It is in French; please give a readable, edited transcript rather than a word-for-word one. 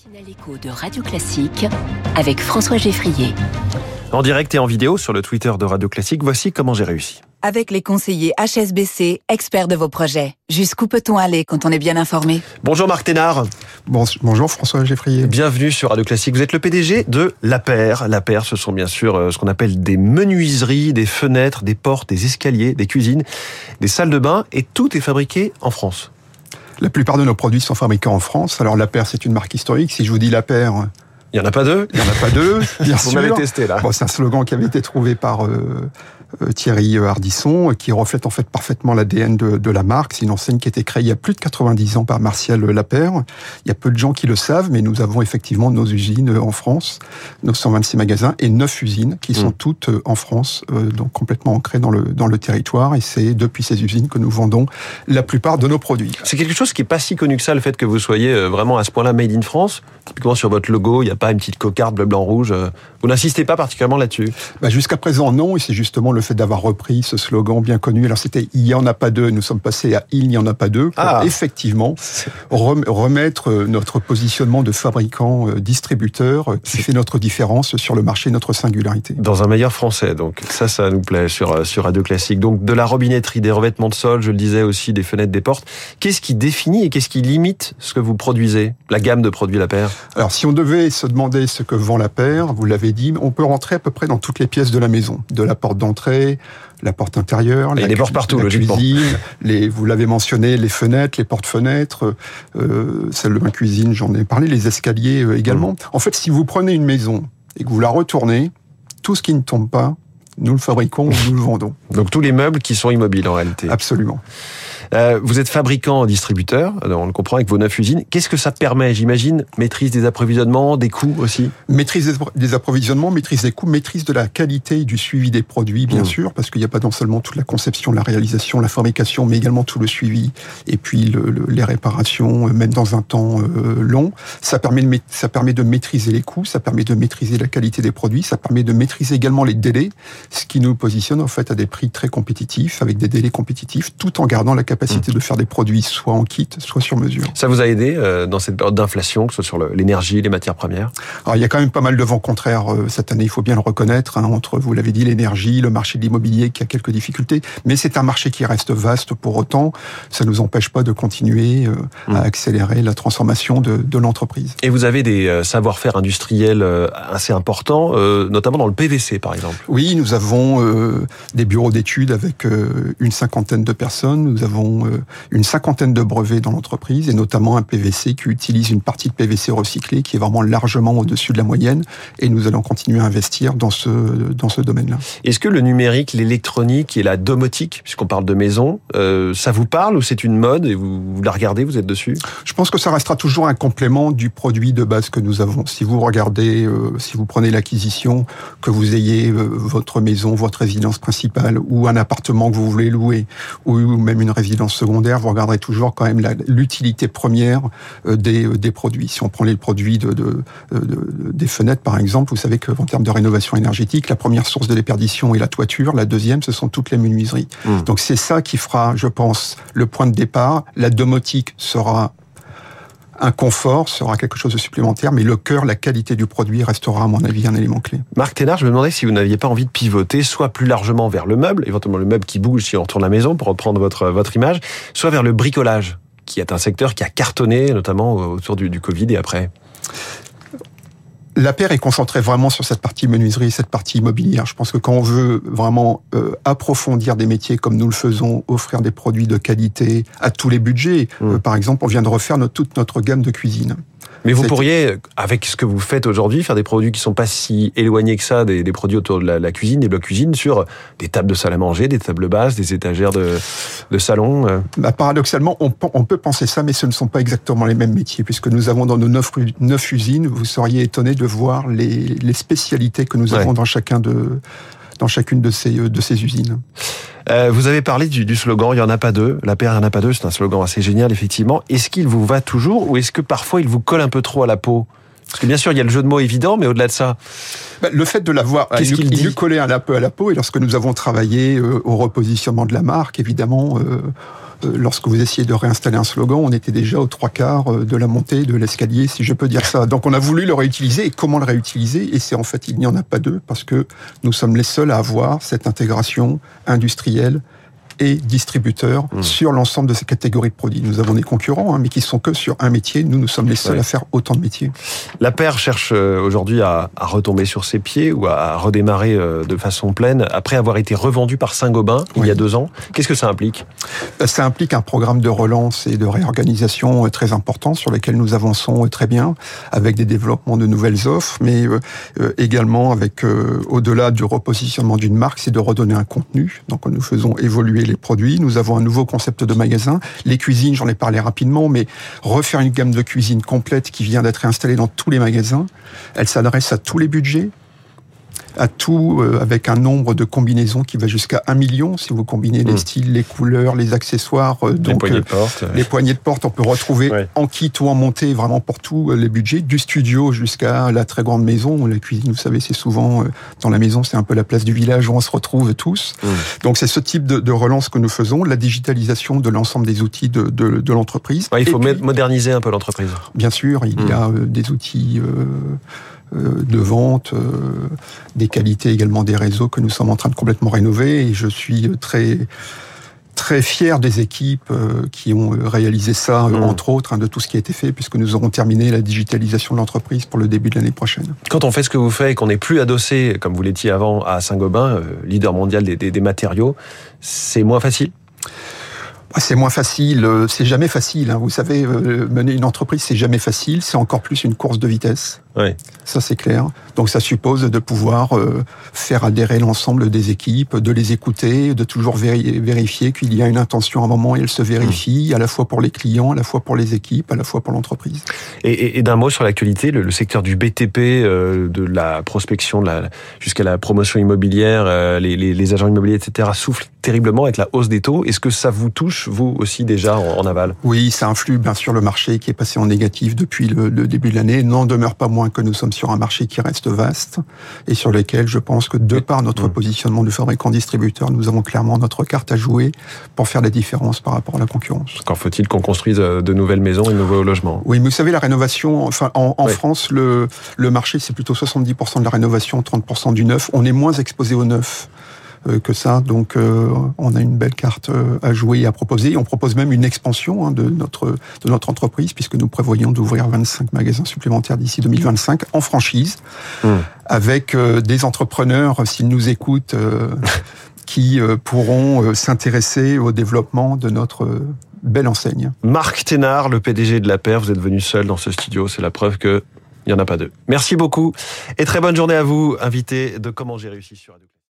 Matinale Écho de Radio Classique avec François Geffrier. En direct et en vidéo sur le Twitter de Radio Classique, voici comment j'ai réussi. Avec les conseillers HSBC, experts de vos projets. Jusqu'où peut-on aller quand on est bien informé ? Bonjour Marc Thénard. Bonjour François Geffrier. Bienvenue sur Radio Classique. Vous êtes le PDG de l'Aper. L'Aper, ce sont bien sûr ce qu'on appelle des menuiseries, des fenêtres, des portes, des escaliers, des cuisines, des salles de bain, et tout est fabriqué en France. La plupart de nos produits sont fabriqués en France. Alors l'Aper, c'est une marque historique. Si je vous dis l'Aper... Il n'y en a pas deux ? Il n'y en a pas deux, bien sûr. Vous m'avez testé là. Bon, c'est un slogan qui avait été trouvé par Thierry Ardisson, qui reflète en fait parfaitement l'ADN de la marque. C'est une enseigne qui a été créée il y a plus de 90 ans par Martial Lapeyre. Il y a peu de gens qui le savent, mais nous avons effectivement nos usines en France, nos 126 magasins et 9 usines qui sont toutes en France, donc complètement ancrées dans le territoire. Et c'est depuis ces usines que nous vendons la plupart de nos produits. C'est quelque chose qui n'est pas si connu que ça, le fait que vous soyez vraiment à ce point-là made in France. Typiquement sur votre logo, il n'y a pas une petite cocarde bleu, blanc, rouge. Vous n'insistez pas particulièrement là-dessus ? Jusqu'à présent, non. Et c'est justement le fait d'avoir repris ce slogan bien connu. Alors c'était « il n'y en a pas deux ». Nous sommes passés à « il n'y en a pas deux » pour effectivement remettre notre positionnement de fabricant distributeur qui fait notre différence sur le marché, notre singularité. Dans un meilleur français, donc ça nous plaît sur Radio Classique. Donc de la robinetterie, des revêtements de sol, je le disais aussi, des fenêtres, des portes. Qu'est-ce qui définit et qu'est-ce qui limite ce que vous produisez, la gamme de produits Lapeyre ? Alors si on devait se demander ce que vend Lapeyre, vous l'avez dit, on peut rentrer à peu près dans toutes les pièces de la maison, de la porte d'entrée, la porte intérieure, les portes partout, la logiquement. Cuisine, vous l'avez mentionné, les fenêtres, les portes-fenêtres, celle de ma cuisine, j'en ai parlé, les escaliers également. En fait, si vous prenez une maison et que vous la retournez, tout ce qui ne tombe pas, nous le fabriquons, nous le vendons. Donc tous les meubles qui sont immobiles en réalité. Absolument. Vous êtes fabricant, distributeur, on le comprend avec vos 9 usines. Qu'est-ce que ça permet, j'imagine ? Maîtrise des approvisionnements, des coûts aussi ? Maîtrise des approvisionnements, maîtrise des coûts, maîtrise de la qualité et du suivi des produits, bien sûr, parce qu'il n'y a pas non seulement toute la conception, la réalisation, la fabrication, mais également tout le suivi, et puis les réparations, même dans un temps long. Ça permet de maîtriser les coûts, ça permet de maîtriser la qualité des produits, ça permet de maîtriser également les délais, ce qui nous positionne en fait à des prix très compétitifs, avec des délais compétitifs, tout en gardant la capacité de faire des produits soit en kit, soit sur mesure. Ça vous a aidé dans cette période d'inflation, que ce soit sur l'énergie, les matières premières ? Alors, il y a quand même pas mal de vents contraires cette année, il faut bien le reconnaître, entre, vous l'avez dit, l'énergie, le marché de l'immobilier qui a quelques difficultés, mais c'est un marché qui reste vaste pour autant. Ça ne nous empêche pas de continuer à accélérer la transformation de l'entreprise. Et vous avez des savoir-faire industriels assez importants, notamment dans le PVC par exemple. Oui, nous avons des bureaux d'études avec une 50aine de personnes, nous avons une 50aine de brevets dans l'entreprise, et notamment un PVC qui utilise une partie de PVC recyclé qui est vraiment largement au-dessus de la moyenne, et nous allons continuer à investir dans ce domaine-là. Est-ce que le numérique, l'électronique et la domotique, puisqu'on parle de maison, ça vous parle ou c'est une mode et vous la regardez, vous êtes dessus ? Je pense que ça restera toujours un complément du produit de base que nous avons. Si vous regardez, si vous prenez l'acquisition, que vous ayez votre maison, votre résidence principale ou un appartement que vous voulez louer ou même une résidence secondaire, vous regarderez toujours quand même l'utilité première des produits. Si on prend les produits des fenêtres, par exemple, vous savez qu'en termes de rénovation énergétique, la première source de déperdition est la toiture, la deuxième, ce sont toutes les menuiseries. Donc c'est ça qui fera, je pense, le point de départ. La domotique sera un confort, sera quelque chose de supplémentaire, mais le cœur, la qualité du produit restera, à mon avis, un élément clé. Marc Thénard, je me demandais si vous n'aviez pas envie de pivoter, soit plus largement vers le meuble, éventuellement le meuble qui bouge si on retourne à la maison, pour reprendre votre image, soit vers le bricolage, qui est un secteur qui a cartonné, notamment autour du Covid et après. Lapeyre est concentré vraiment sur cette partie menuiserie, cette partie immobilière. Je pense que quand on veut vraiment approfondir des métiers comme nous le faisons, offrir des produits de qualité à tous les budgets, par exemple, on vient de refaire toute notre gamme de cuisine. Mais vous pourriez, avec ce que vous faites aujourd'hui, faire des produits qui sont pas si éloignés que ça des produits autour de la cuisine, des blocs cuisine, sur des tables de salle à manger, des tables basses, des étagères de salon. Paradoxalement, on peut penser ça, mais ce ne sont pas exactement les mêmes métiers, puisque nous avons dans nos 9 usines, vous seriez étonné de voir les spécialités que nous avons dans chacune de ces usines. Vous avez parlé du slogan « Il n'y en a pas deux ». Lapeyre, il n'y en a pas deux, c'est un slogan assez génial, effectivement. Est-ce qu'il vous va toujours ou est-ce que parfois il vous colle un peu trop à la peau ? Parce que bien sûr, il y a le jeu de mots évident, mais au-delà de ça... Le fait de l'avoir, il lui collait un peu à la peau, et lorsque nous avons travaillé au repositionnement de la marque, évidemment, lorsque vous essayez de réinstaller un slogan, on était déjà aux 3/4 de la montée de l'escalier, si je peux dire ça. Donc on a voulu le réutiliser, et comment le réutiliser ? Et c'est en fait, il n'y en a pas deux, parce que nous sommes les seuls à avoir cette intégration industrielle et distributeurs sur l'ensemble de ces catégories de produits. Nous avons des concurrents, mais qui sont que sur un métier. Nous sommes les seuls à faire autant de métiers. La paire cherche aujourd'hui à retomber sur ses pieds ou à redémarrer de façon pleine après avoir été revendue par Saint-Gobain il y a 2 ans. Qu'est-ce que ça implique ? Ça implique un programme de relance et de réorganisation très important sur lequel nous avançons très bien, avec des développements de nouvelles offres, mais également avec, au-delà du repositionnement d'une marque, c'est de redonner un contenu. Donc nous faisons évoluer les produits. Nous avons un nouveau concept de magasin. Les cuisines, j'en ai parlé rapidement, mais refaire une gamme de cuisine complète qui vient d'être installée dans tous les magasins. Elle s'adresse à tous les budgets, à tout, avec un nombre de combinaisons qui va jusqu'à 1 million, si vous combinez les styles, les couleurs, les accessoires. Les poignées de porte. Les poignées de porte, on peut retrouver en kit ou en montée, vraiment pour tous les budgets, du studio jusqu'à la très grande maison. La cuisine, vous savez, c'est souvent, dans la maison, c'est un peu la place du village où on se retrouve tous. Donc c'est ce type de relance que nous faisons, la digitalisation de l'ensemble des outils de l'entreprise. Il faut moderniser un peu l'entreprise. Bien sûr, il y a des outils... de vente, des qualités également des réseaux que nous sommes en train de complètement rénover, et je suis très très fier des équipes qui ont réalisé ça, entre autres, de tout ce qui a été fait, puisque nous aurons terminé la digitalisation de l'entreprise pour le début de l'année prochaine. Quand on fait ce que vous faites et qu'on n'est plus adossé, comme vous l'étiez avant, à Saint-Gobain, leader mondial des matériaux, c'est moins facile ? C'est moins facile, c'est jamais facile. Vous savez, mener une entreprise, c'est jamais facile, c'est encore plus une course de vitesse. Oui. Ça, c'est clair. Donc, ça suppose de pouvoir faire adhérer l'ensemble des équipes, de les écouter, de toujours vérifier qu'il y a une intention à un moment et elle se vérifie, à la fois pour les clients, à la fois pour les équipes, à la fois pour l'entreprise. Et d'un mot sur l'actualité, le secteur du BTP, de la prospection jusqu'à la promotion immobilière, les agents immobiliers, etc., souffle terriblement avec la hausse des taux. Est-ce que ça vous touche, vous aussi, déjà en aval ? Oui, ça influe bien sûr le marché qui est passé en négatif depuis le début de l'année. N'en demeure pas moins que nous sommes sur un marché qui reste vaste et sur lequel je pense que de par notre positionnement de fabricant-distributeur, nous avons clairement notre carte à jouer pour faire la différence par rapport à la concurrence. Encore faut-il qu'on construise de nouvelles maisons et de nouveaux logements. Oui, mais vous savez, la rénovation, en France, le marché, c'est plutôt 70% de la rénovation, 30% du neuf. On est moins exposé au neuf que ça, donc on a une belle carte à jouer et à proposer. On propose même une expansion de notre entreprise, puisque nous prévoyons d'ouvrir 25 magasins supplémentaires d'ici 2025 en franchise, avec des entrepreneurs, s'ils nous écoutent, qui pourront s'intéresser au développement de notre belle enseigne. Marc Thénard, le PDG de la paire, vous êtes venu seul dans ce studio, c'est la preuve qu'il n'y en a pas deux. Merci beaucoup et très bonne journée à vous, invité de Comment j'ai réussi sur Radio.